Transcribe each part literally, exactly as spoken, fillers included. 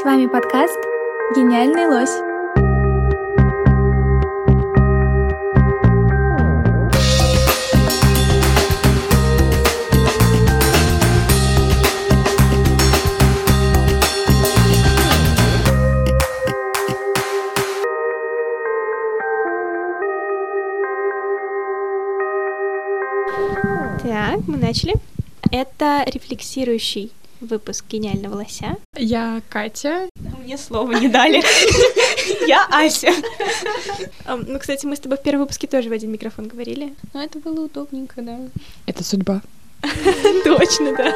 С вами подкаст «Гениальный лось». Так, мы начали. Это рефлексирующий выпуск «Гениального лося». Я Катя. Мне слова не дали. Я Ася. Ну, кстати, мы с тобой в первом выпуске тоже в один микрофон говорили. Но это было удобненько, да. Это судьба. Точно, да.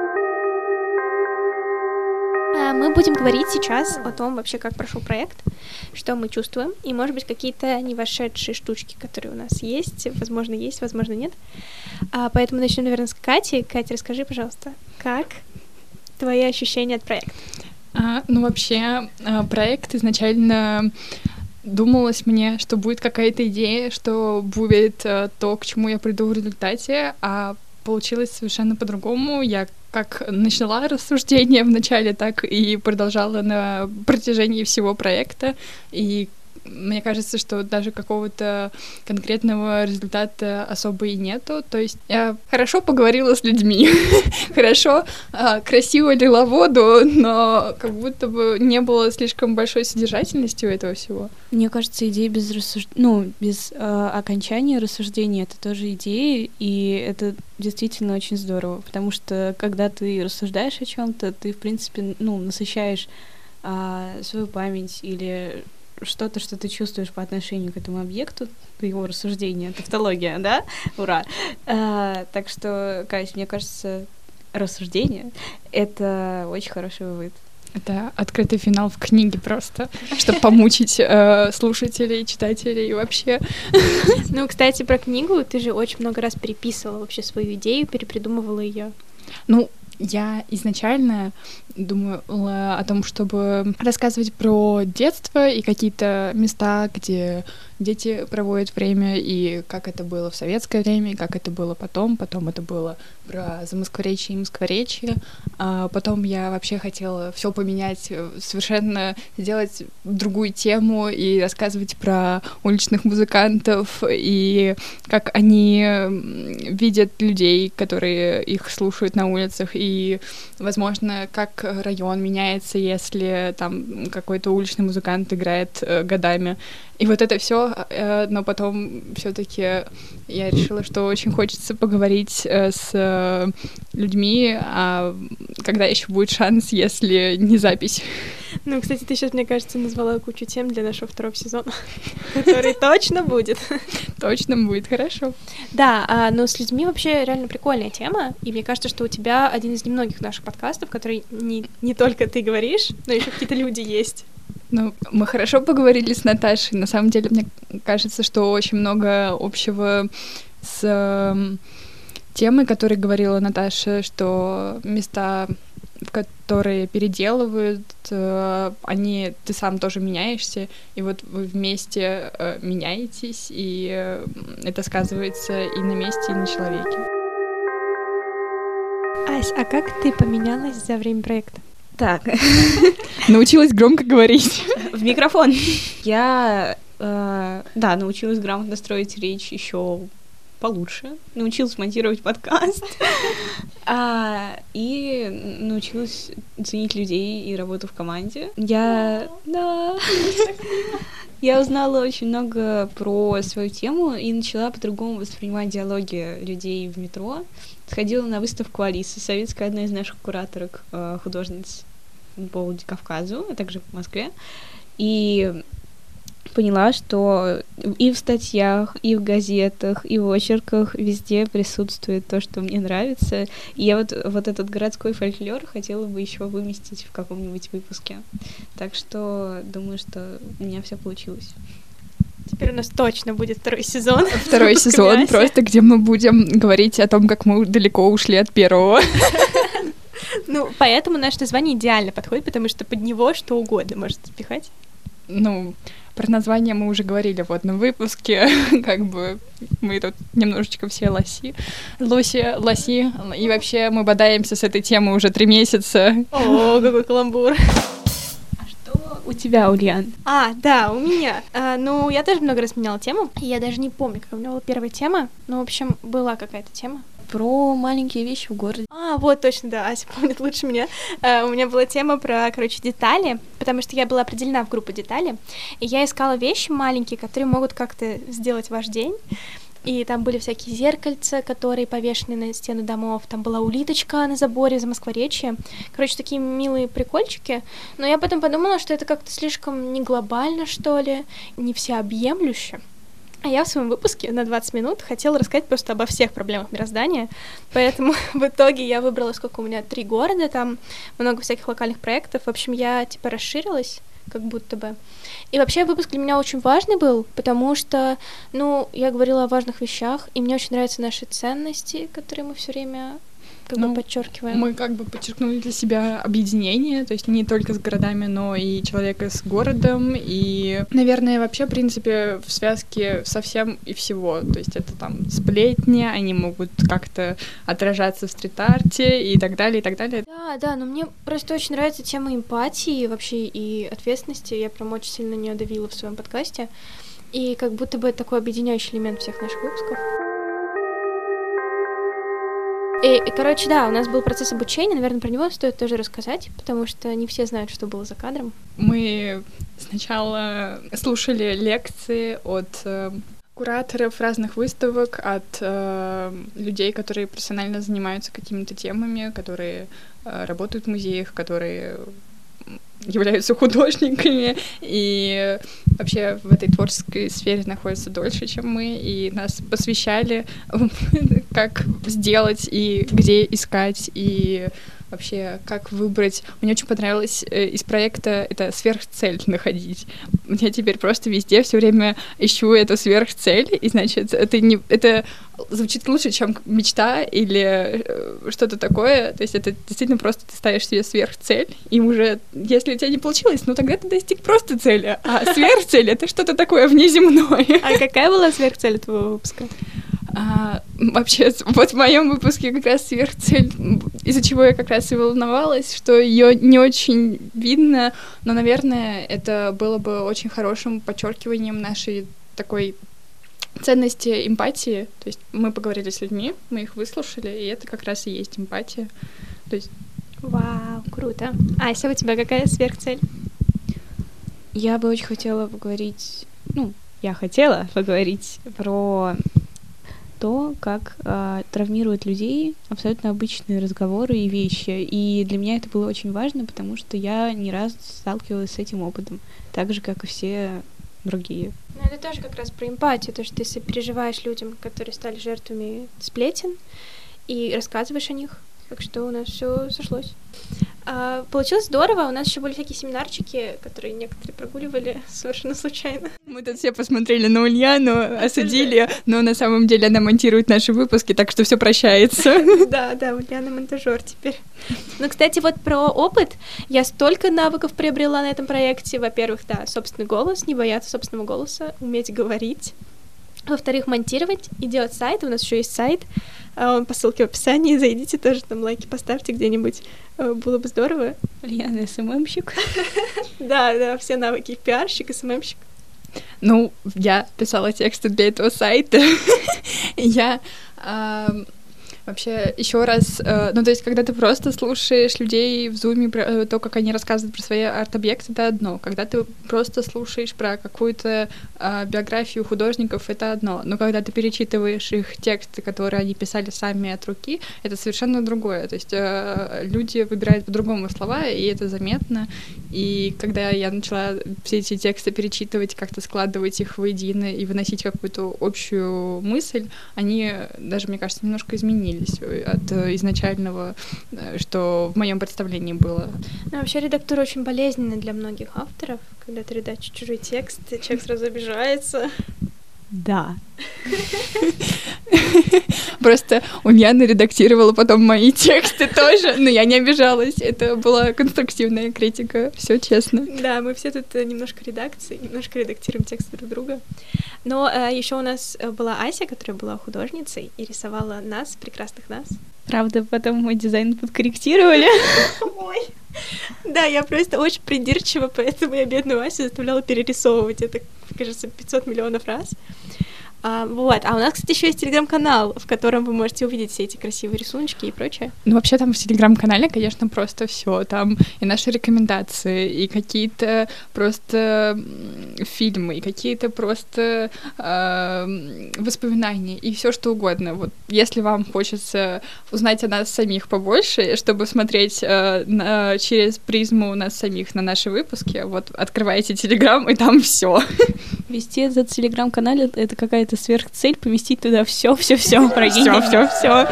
Мы будем говорить сейчас о том вообще, как прошел проект, что мы чувствуем, и, может быть, какие-то не вошедшие штучки, которые у нас есть, возможно, есть, возможно, нет. А, поэтому начнем, наверное, с Кати. Катя, расскажи, пожалуйста, как твои ощущения от проекта? А, ну, вообще, проект изначально думалось мне, что будет какая-то идея, что будет то, к чему я приду в результате, а получилось совершенно по-другому. Я как начала рассуждение вначале, так и продолжала на протяжении всего проекта. И мне кажется, что даже какого-то конкретного результата особо и нету. То есть я хорошо поговорила с людьми, хорошо, красиво лила воду, но как будто бы не было слишком большой содержательности у этого всего. Мне кажется, идея без рассуж... ну, без э, окончания рассуждения — это тоже идея, и это действительно очень здорово, потому что когда ты рассуждаешь о чем-то, ты, в принципе, ну, насыщаешь э, свою память или что-то, что ты чувствуешь по отношению к этому объекту, его рассуждения, тавтология, да? Ура! А, так что, Кать, мне кажется, рассуждение — это очень хороший вывод. Это открытый финал в книге просто, чтобы помучить э, слушателей, читателей и вообще. Ну, кстати, про книгу ты же очень много раз переписывала вообще свою идею, перепридумывала ее. Ну, я изначально думала о том, чтобы рассказывать про детство и какие-то места, где дети проводят время, и как это было в советское время, и как это было потом. Потом это было про замоскворечье и москворечье. А потом я вообще хотела все поменять, совершенно сделать другую тему и рассказывать про уличных музыкантов и как они видят людей, которые их слушают на улицах, и, возможно, как район меняется, если там какой-то уличный музыкант играет годами. И вот это все, но потом все-таки я решила, что очень хочется поговорить с людьми, а когда еще будет шанс, если не запись. Ну, кстати, ты сейчас, мне кажется, назвала кучу тем для нашего второго сезона, который точно будет. Точно будет, хорошо. Да, но с людьми вообще реально прикольная тема, и мне кажется, что у тебя один из немногих наших подкастов, который не, не только ты говоришь, но еще какие-то люди есть. Ну, мы хорошо поговорили с Наташей. На самом деле, мне кажется, что очень много общего с э, темой, которой говорила Наташа, что места, в которые переделывают, э, они, ты сам тоже меняешься, и вот вы вместе э, меняетесь, и э, это сказывается и на месте, и на человеке. Ась, а как ты поменялась за время проекта? Так. Научилась громко говорить. В микрофон. Я, э, да, научилась грамотно строить речь еще получше. Научилась монтировать подкаст. а, и научилась ценить людей и работу в команде. Я... Да. Я узнала очень много про свою тему и начала по-другому воспринимать диалоги людей в метро. Сходила на выставку Алисы Савицкой, одна из наших кураторок, художниц по Владикавказу, а также в Москве. И поняла, что и в статьях, и в газетах, и в очерках везде присутствует то, что мне нравится. И я вот, вот этот городской фольклор хотела бы еще выместить в каком-нибудь выпуске. Так что думаю, что у меня все получилось. Теперь у нас точно будет второй сезон. Второй сезон, просто где мы будем говорить о том, как мы далеко ушли от первого. Ну, поэтому наше название идеально подходит, потому что под него что угодно может запихать. Ну, про название мы уже говорили в одном выпуске, как бы мы тут немножечко все лоси, лоси, лоси, и вообще мы бодаемся с этой темой уже три месяца. О, какой каламбур. у тебя, Ульян? А, да, у меня. А, ну, я тоже много раз меняла тему. Я даже не помню, какая у меня была первая тема. Но, в общем, была какая-то тема. Про маленькие вещи в городе. А, вот, точно, да, Ася помнит лучше меня. Uh, у меня была тема про, короче, детали, потому что я была определена в группу детали, и я искала вещи маленькие, которые могут как-то сделать ваш день. И там были всякие зеркальца, которые повешены на стены домов, там была улиточка на заборе за Москворечье. Короче, такие милые прикольчики. Но я потом подумала, что это как-то слишком не глобально, что ли, не всеобъемлюще. А я в своем выпуске на двадцать минут хотела рассказать просто обо всех проблемах мироздания, поэтому в итоге я выбрала, сколько у меня, три города, там много всяких локальных проектов, в общем, я типа расширилась, как будто бы. И вообще выпуск для меня очень важный был, потому что, ну, я говорила о важных вещах, и мне очень нравятся наши ценности, которые мы все время как ну, бы подчеркиваем. Мы как бы подчеркнули для себя объединение, то есть не только с городами, но и человека с городом, и, наверное, вообще, в принципе, в связке со всем и всего, то есть это там сплетни, они могут как-то отражаться в стрит-арте и так далее, и так далее. Да, да, но мне просто очень нравится тема эмпатии вообще и ответственности, я прям очень сильно не давила в своем подкасте, и как будто бы это такой объединяющий элемент всех наших выпусков. И, и, короче, да, у нас был процесс обучения, наверное, про него стоит тоже рассказать, потому что не все знают, что было за кадром. Мы сначала слушали лекции от э, кураторов разных выставок, от э, людей, которые профессионально занимаются какими-то темами, которые э, работают в музеях, которые являются художниками и вообще в этой творческой сфере находятся дольше, чем мы, и нас посвящали, как сделать и где искать, и вообще как выбрать. Мне очень понравилось из проекта это сверхцель находить. Я теперь просто везде все время ищу эту сверхцель, и, значит, это не... это звучит лучше, чем мечта или что-то такое. То есть это действительно просто ты ставишь себе сверхцель, и уже, если у тебя не получилось, ну тогда ты достиг просто цели. А сверхцель — это что-то такое внеземное. А какая была сверхцель твоего выпуска? А, вообще, вот в моем выпуске как раз сверхцель, из-за чего я как раз и волновалась, что ее не очень видно, но, наверное, это было бы очень хорошим подчеркиванием нашей такой ценности эмпатии. То есть мы поговорили с людьми, мы их выслушали, и это как раз и есть эмпатия. То есть... Вау, круто. Ася, у тебя какая сверхцель? Я бы очень хотела поговорить, ну, я хотела поговорить про то, как э, травмируют людей абсолютно обычные разговоры и вещи. И для меня это было очень важно, потому что я не раз сталкивалась с этим опытом, так же, как и все другие. Ну, это тоже как раз про эмпатию, то, что ты сопереживаешь людям, которые стали жертвами сплетен, и рассказываешь о них. Так что у нас все сошлось. А, получилось здорово. У нас еще были всякие семинарчики, которые некоторые прогуливали совершенно случайно. Мы тут все посмотрели на Ульяну, осудили, но на самом деле она монтирует наши выпуски, так что все прощается. Да, да, Ульяна монтажер теперь. Ну, кстати, вот про опыт. Я столько навыков приобрела на этом проекте. Во-первых, да, собственный голос, не бояться собственного голоса, уметь говорить. Во-вторых, монтировать и делать сайт. У нас еще есть сайт. Он по ссылке в описании. Зайдите тоже, там лайки поставьте где-нибудь. Было бы здорово. Ульяна СММщик. Да, да, все навыки. Пиарщик, СММщик. Ну, я писала тексты для этого сайта. Я... Вообще, еще раз, э, ну, то есть, когда ты просто слушаешь людей в зуме, про, э, то, как они рассказывают про свои арт-объекты, это одно. Когда ты просто слушаешь про какую-то э, биографию художников, это одно. Но когда ты перечитываешь их тексты, которые они писали сами от руки, это совершенно другое. То есть э, люди выбирают по-другому слова, и это заметно. И когда я начала все эти тексты перечитывать, как-то складывать их воедино и выносить какую-то общую мысль, они даже, мне кажется, немножко изменились от изначального, что в моем представлении было. Ну, вообще редактура очень болезненна для многих авторов, когда ты редачишь чужой текст, человек сразу обижается. Да. Просто Ульяна редактировала потом мои тексты тоже, но я не обижалась. Это была конструктивная критика, все честно. Да, мы все тут немножко редакции, немножко редактируем тексты друг друга. Но э, еще у нас была Ася, которая была художницей и рисовала нас, прекрасных нас. Правда, потом мой дизайн подкорректировали. Ой. Да, я просто очень придирчива, поэтому я бедную Асю заставляла перерисовывать это, кажется, пятьсот миллионов раз. А, вот. А у нас, кстати, еще есть телеграм-канал, в котором вы можете увидеть все эти красивые рисуночки и прочее. Ну, вообще там в телеграм-канале, конечно, просто все. Там и наши рекомендации, и какие-то просто фильмы, и какие-то просто э, воспоминания, и все что угодно. Вот если вам хочется узнать о нас самих побольше, чтобы смотреть э, на, через призму нас самих на наши выпуски, вот открывайте телеграм, и там все. Вести этот телеграм-канал — это какая-то сверхцель, поместить туда все, все, все про гений, все, все.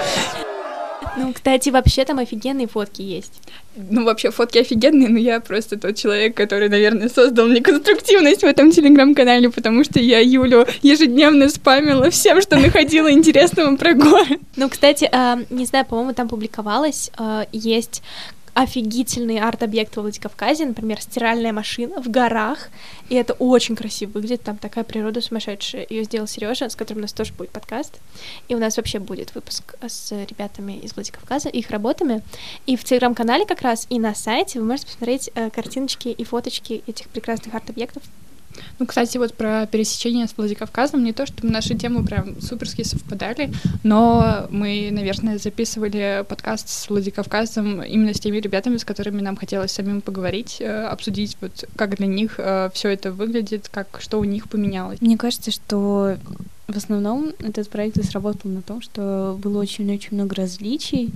Ну, кстати, вообще там офигенные фотки есть. Ну, вообще, фотки офигенные, но я просто тот человек, который, наверное, создал неконструктивность в этом телеграм-канале, потому что я Юлю ежедневно спамила всем, что находила интересного про горы. Ну, кстати, не знаю, по-моему, там публиковалось, есть офигительный арт-объект в Владикавказе, например, стиральная машина в горах, и это очень красиво выглядит, там такая природа сумасшедшая. Ее сделал Сережа, с которым у нас тоже будет подкаст, и у нас вообще будет выпуск с ребятами из Владикавказа, их работами, и в телеграм-канале как раз, и на сайте вы можете посмотреть э, картиночки и фоточки этих прекрасных арт-объектов. Ну, кстати, вот про пересечение с Владикавказом, не то, чтобы наши темы прям суперски совпадали, но мы, наверное, записывали подкаст с Владикавказом именно с теми ребятами, с которыми нам хотелось самим поговорить, обсудить, вот как для них все это выглядит, как что у них поменялось. Мне кажется, что в основном этот проект сработал на том, что было очень-очень много различий,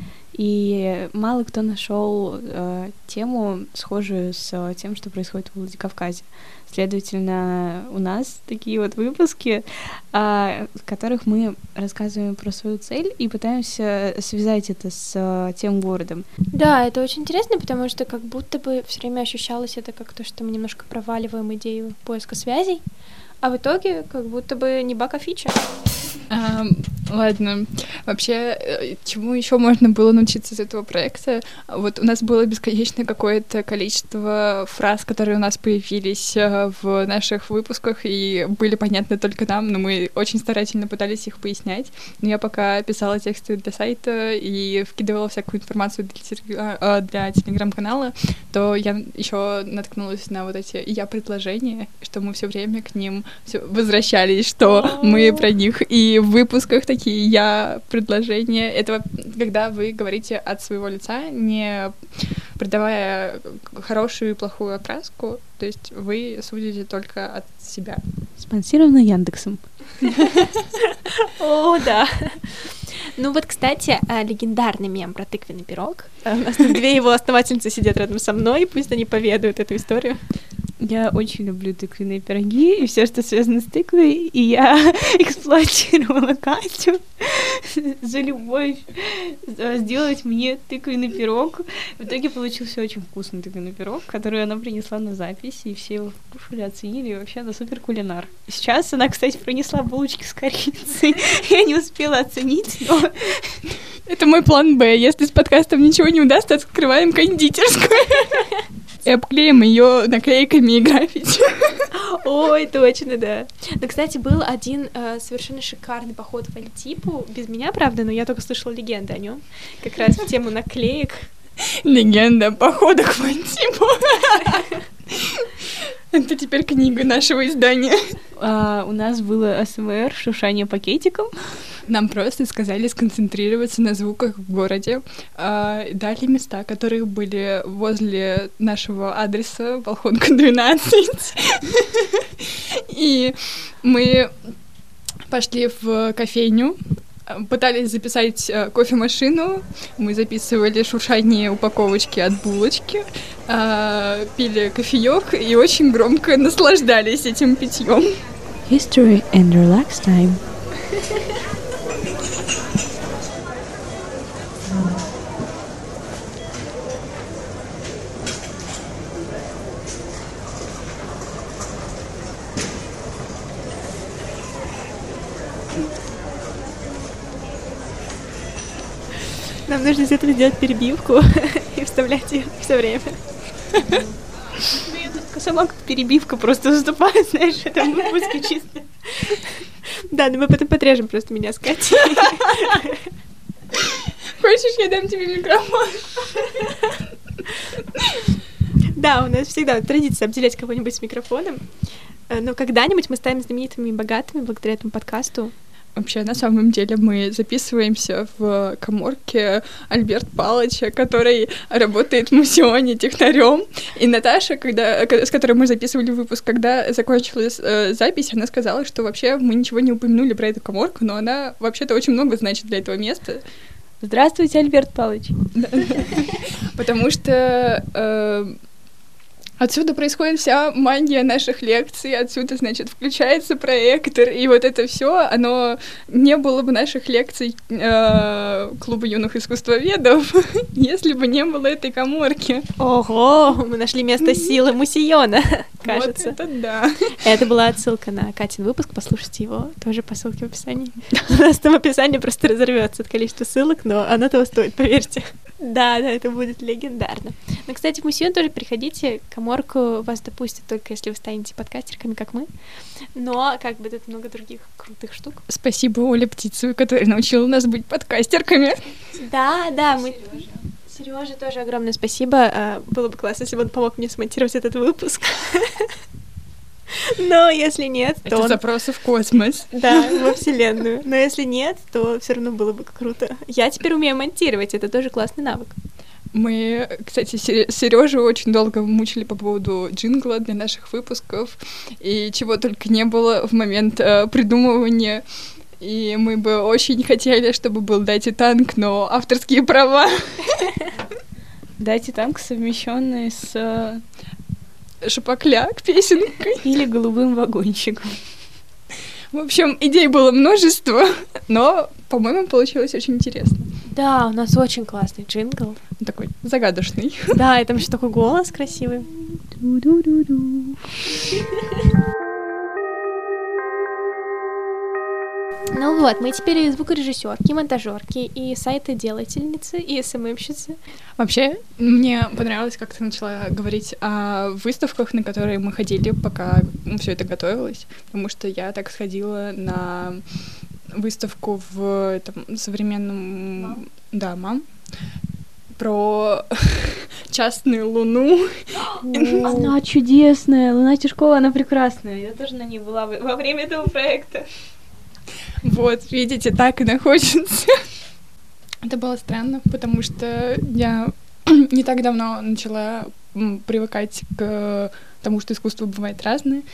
и мало кто нашел э, тему, схожую с э, тем, что происходит в Владикавказе. Следовательно, у нас такие вот выпуски, э, в которых мы рассказываем про свою цель и пытаемся связать это с э, тем городом. Да, это очень интересно, потому что как будто бы все время ощущалось это как то, что мы немножко проваливаем идею поиска связей, а в итоге как будто бы не баг, а фича. А, ладно. Вообще, чему еще можно было научиться из этого проекта? Вот у нас было бесконечное какое-то количество фраз, которые у нас появились в наших выпусках и были понятны только нам, но мы очень старательно пытались их пояснять. Но я пока писала тексты для сайта и вкидывала всякую информацию для, для телеграм-канала, то я еще наткнулась на вот эти я-предложения, что мы все время к ним возвращались, что мы про них и в выпусках такие я-предложения. Это когда вы говорите от своего лица, не придавая хорошую и плохую окраску, то есть вы судите только от себя. Спонсировано Яндексом. О, да. Ну вот, кстати, легендарный мем про тыквенный пирог. У нас тут две его основательницы сидят рядом со мной, пусть они поведают эту историю. Я очень люблю тыквенные пироги и все, что связано с тыквой, и я эксплуатировала Катю за любовь сделать мне тыквенный пирог. В итоге получился очень вкусный тыквенный пирог, который она принесла на запись, и все его кушали, оценили, и вообще она супер кулинар. Сейчас она, кстати, принесла булочки с корицей. Я не успела оценить, но... Это мой план Б. Если с подкастом ничего не удастся, открываем кондитерскую. И обклеим ее наклейками и граффити. Ой, точно, да. Ну, кстати, был один э, совершенно шикарный поход в Альтипу. Без меня, правда, но я только слышала легенды о нем. Как раз в тему наклеек. Легенда о походах в Альтипу. Это теперь книга нашего издания. А, у нас было АСМР шуршание пакетиком. Нам просто сказали сконцентрироваться на звуках в городе. А, дали места, которые были возле нашего адреса, Волхонка двенадцать. И мы пошли в кофейню, пытались записать э, кофемашину, мы записывали шуршание упаковочки от булочки, э, пили кофеёк и очень громко наслаждались этим питьем. History and relax time. Нам нужно из этого сделать перебивку и вставлять ее все время. Я сама как перебивка просто выступаю, знаешь, в этом выпуске чисто. Да, но мы потом подрежем просто меня с Катей. Хочешь, я дам тебе микрофон? Да, у нас всегда традиция обделять кого-нибудь с микрофоном. Но когда-нибудь мы станем знаменитыми и богатыми благодаря этому подкасту. Вообще, на самом деле, мы записываемся в каморке Альберт Палыча, который работает в Мусионе технарем. И Наташа, когда, с которой мы записывали выпуск, когда закончилась э, запись, она сказала, что вообще мы ничего не упомянули про эту каморку, но она вообще-то очень много значит для этого места. Здравствуйте, Альберт Палыч. Потому что... Отсюда происходит вся магия наших лекций, отсюда, значит, включается проектор, и вот это все, оно не было бы наших лекций э, Клуба юных искусствоведов, если бы не было этой каморки. Ого, мы нашли место силы Мусиона, кажется. Вот это да. Это была отсылка на Катин выпуск, послушайте его, тоже по ссылке в описании. У нас там описание просто разорвется от количества ссылок, но оно того стоит, поверьте. Да, да, это будет легендарно. Но, кстати, в Мусион тоже приходите, каморку вас допустят только если вы станете подкастерками, как мы. Но, как бы, тут много других крутых штук. Спасибо Оле Птицу, которая научила нас быть подкастерками. Да, да, мы... Серёже тоже огромное спасибо. Было бы классно, если бы он помог мне смонтировать этот выпуск. Но если нет, то... Это он... запросы в космос. Да, во Вселенную. Но если нет, то все равно было бы круто. Я теперь умею монтировать, это тоже классный навык. Мы, кстати, Сережу очень долго мучили по поводу джингла для наших выпусков, и чего только не было в момент э, придумывания. И мы бы очень хотели, чтобы был «Дайте танк», но авторские права. «Дайте танк», совмещенный с... Шапокляк песенкой. Или «Голубым вагончиком». В общем, идей было множество, но, по-моему, получилось очень интересно. Да, у нас очень классный джингл. Такой загадочный. Да, и там еще такой голос красивый. Ду-ду-ду-ду. Ну вот, мы теперь и звукорежиссёрки, и монтажёрки, и сайтоделательницы, и эс эм эм-щицы. Вообще, мне понравилось, как ты начала говорить о выставках, на которые мы ходили, пока ну, всё это готовилось, потому что я так сходила на выставку в этом современном... Мам. Да, мам. Про частную луну. Она чудесная, Луна Тишкова, она прекрасная. Я тоже на ней была во время этого проекта. Вот, видите, так и находится. Это было странно, потому что я не так давно начала привыкать к тому, что искусство бывает разное,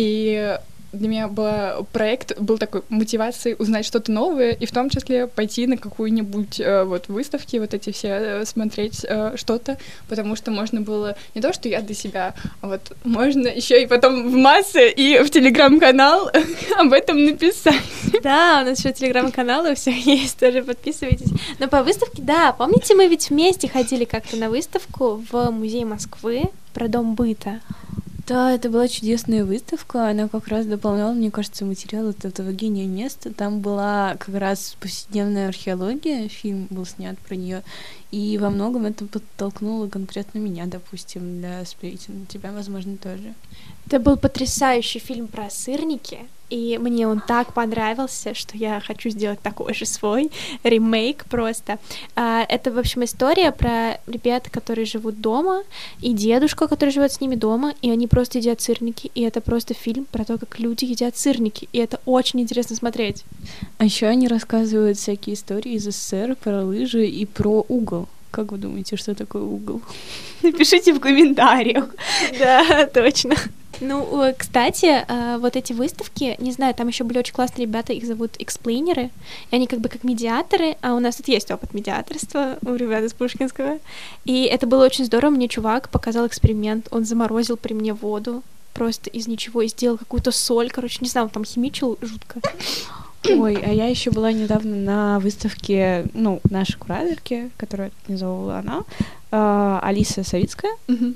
и для меня был проект, был такой мотивацией узнать что-то новое, и в том числе пойти на какую-нибудь э, вот выставки, вот эти все, э, смотреть э, что-то, потому что можно было не то, что я для себя, а вот можно еще и потом в массы и в телеграм-канал об этом написать. Да, у нас еще телеграм-каналы все есть, тоже подписывайтесь. Но по выставке, да, помните, мы ведь вместе ходили как-то на выставку в музей Москвы про Дом быта? Да, это была чудесная выставка, она как раз дополняла, мне кажется, материал от этого гения места. Там была как раз повседневная археология, фильм был снят про нее, и во многом это подтолкнуло конкретно меня, допустим, для сплетен. Тебя, возможно, тоже. Это был потрясающий фильм про сырники, и мне он так понравился, что я хочу сделать такой же свой ремейк просто. Это, в общем, история про ребят, которые живут дома, и дедушка, который живет с ними дома, и они просто едят сырники, и это просто фильм про то, как люди едят сырники, и это очень интересно смотреть. А еще они рассказывают всякие истории из эс эс эс эр про лыжи и про угол. Как вы думаете, что такое угол? Напишите в комментариях. Да, точно. Ну, кстати, вот эти выставки, не знаю, там еще были очень классные ребята, их зовут эксплейнеры, и они как бы как медиаторы, а у нас тут есть опыт медиаторства у ребят из Пушкинского, и это было очень здорово, мне чувак показал эксперимент, он заморозил при мне воду просто из ничего и сделал какую-то соль, короче, не знаю, он там химичил жутко. Ой, а я еще была недавно на выставке, ну, нашей кураторки, которую организовывала она, э, Алиса Савицкая, mm-hmm.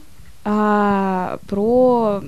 а, про...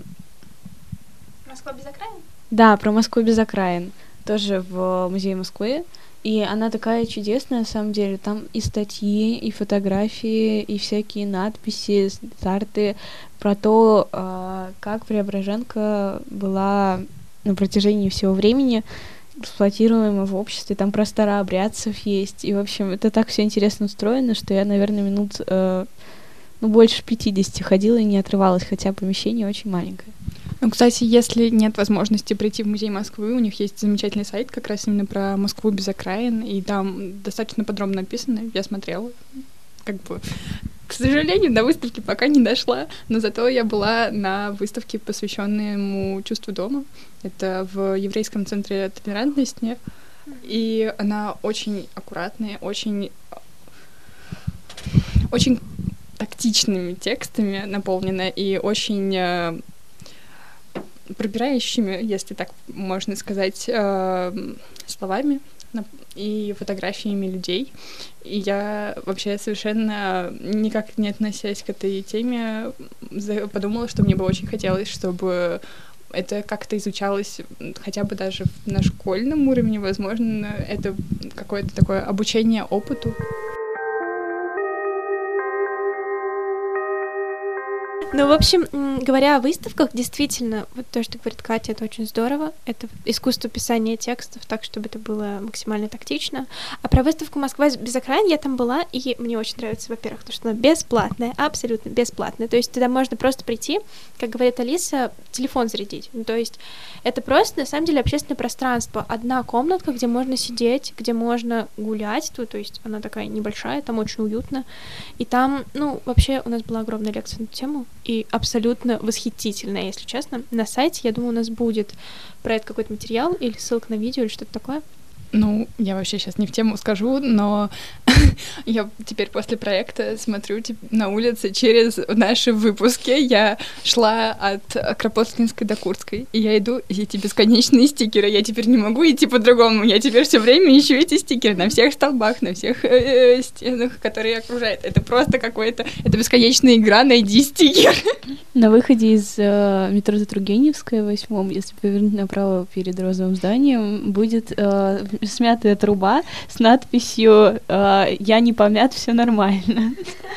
Москва без окраин? Да, про Москву без окраин, тоже в музее Москвы. И она такая чудесная, на самом деле. Там и статьи, и фотографии, и всякие надписи, старты про то, э, как Преображенка была на протяжении всего времени эксплуатируема в обществе. Там про старообрядцев есть. И, в общем, это так все интересно устроено, что я, наверное, минут э, ну, больше пятидесяти ходила и не отрывалась, хотя помещение очень маленькое. Ну, кстати, если нет возможности прийти в музей Москвы, у них есть замечательный сайт как раз именно про Москву без окраин, и там достаточно подробно написано, я смотрела, как бы, к сожалению, до выставки пока не дошла, но зато я была на выставке, посвященной чувству дома, это в Еврейском центре толерантности, и она очень аккуратная, очень, очень тактичными текстами наполнена и очень пробирающими, если так можно сказать, э, словами и фотографиями людей. И я вообще совершенно никак не относясь к этой теме подумала, что мне бы очень хотелось, чтобы это как-то изучалось хотя бы даже на школьном уровне, возможно, это какое-то такое обучение опыту. Ну, в общем, говоря о выставках, действительно, вот то, что говорит Катя, это очень здорово. Это искусство писания текстов так, чтобы это было максимально тактично. А про выставку «Москва без окраин» я там была, и мне очень нравится, во-первых, то, что она бесплатная, абсолютно бесплатная. То есть туда можно просто прийти, как говорит Алиса, телефон зарядить. Ну, то есть это просто, на самом деле, общественное пространство. Одна комнатка, где можно сидеть, где можно гулять. То, то есть она такая небольшая, там очень уютно. И там, ну, вообще у нас была огромная лекция на эту тему. И абсолютно восхитительная, если честно. На сайте, я думаю, у нас будет про это какой-то материал или ссылка на видео или что-то такое. Ну, я вообще сейчас не в тему скажу, но я теперь после проекта смотрю на улице через наши выпуски. Я шла от Кропоткинской до Курской, и я иду, и эти бесконечные стикеры. Я теперь не могу идти по-другому. Я теперь все время ищу эти стикеры на всех столбах, на всех э, стенах, которые окружают. Это просто какое-то... Это бесконечная игра «Найди стикер». На выходе из э, метро Тургеневская, восьмом, если повернуть направо перед розовым зданием, будет э, смятая труба с надписью э, «Я не помят, все нормально».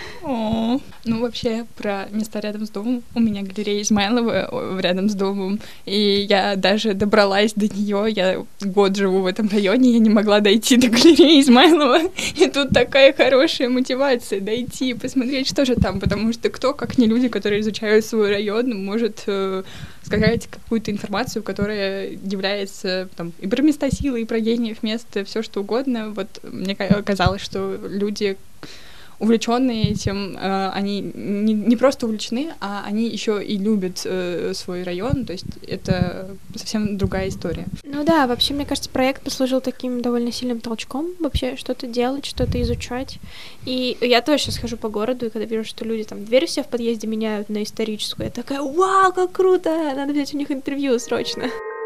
О, ну вообще про места рядом с домом. У меня галерея Измайлова рядом с домом, и я даже добралась до нее. Я год живу в этом районе, я не могла дойти до галереи Измайлова. И тут такая хорошая мотивация дойти и посмотреть, что же там, потому что кто, как не люди, которые изучают свой район, может э, сказать какую-то информацию, которая является там и про места силы, и про гениев места, все что угодно. Вот мне казалось, что люди увлеченные этим, э, они не, не просто увлечены, а они еще и любят э, свой район, то есть это совсем другая история. Ну да, вообще, мне кажется, проект послужил таким довольно сильным толчком вообще что-то делать, что-то изучать. И я тоже сейчас хожу по городу, и когда вижу, что люди там дверь все в подъезде меняют на историческую, я такая: вау, как круто! Надо взять у них интервью срочно.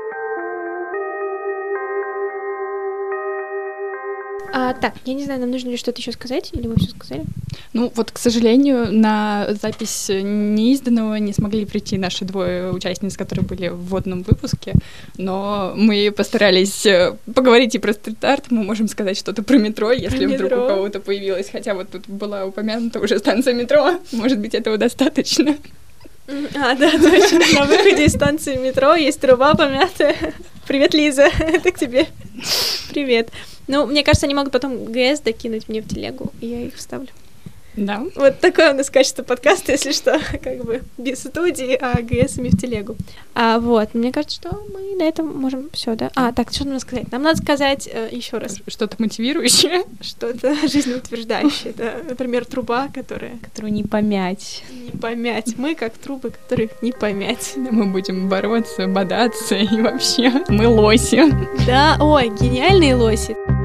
А, так, я не знаю, нам нужно ли что-то еще сказать, или мы все сказали? Ну, вот, к сожалению, на запись неизданного не смогли прийти наши двое участниц, которые были в вводном выпуске, но мы постарались поговорить и про стрит-арт, мы можем сказать что-то про метро, если про вдруг метро. У кого-то появилось, хотя вот тут была упомянута уже станция метро, может быть, этого достаточно. А, да, точно, на выходе из станции метро есть труба помятая. Привет, Лиза, это к тебе. Привет. Ну, мне кажется, они могут потом ГС докинуть мне в телегу, и я их вставлю. Да. Вот такое у нас качество подкаста, если что, как бы без студии, а ГСами в телегу. А вот, мне кажется, что мы на этом можем все, да? А, так, что нам сказать? Нам надо сказать э, еще раз. Что-то мотивирующее. Что-то жизнеутверждающее, да. Например, труба, которая... Которую не помять. Не помять. Мы как трубы, которых не помять. Да, мы будем бороться, бодаться, и вообще мы лоси. Да, ой, гениальные лоси.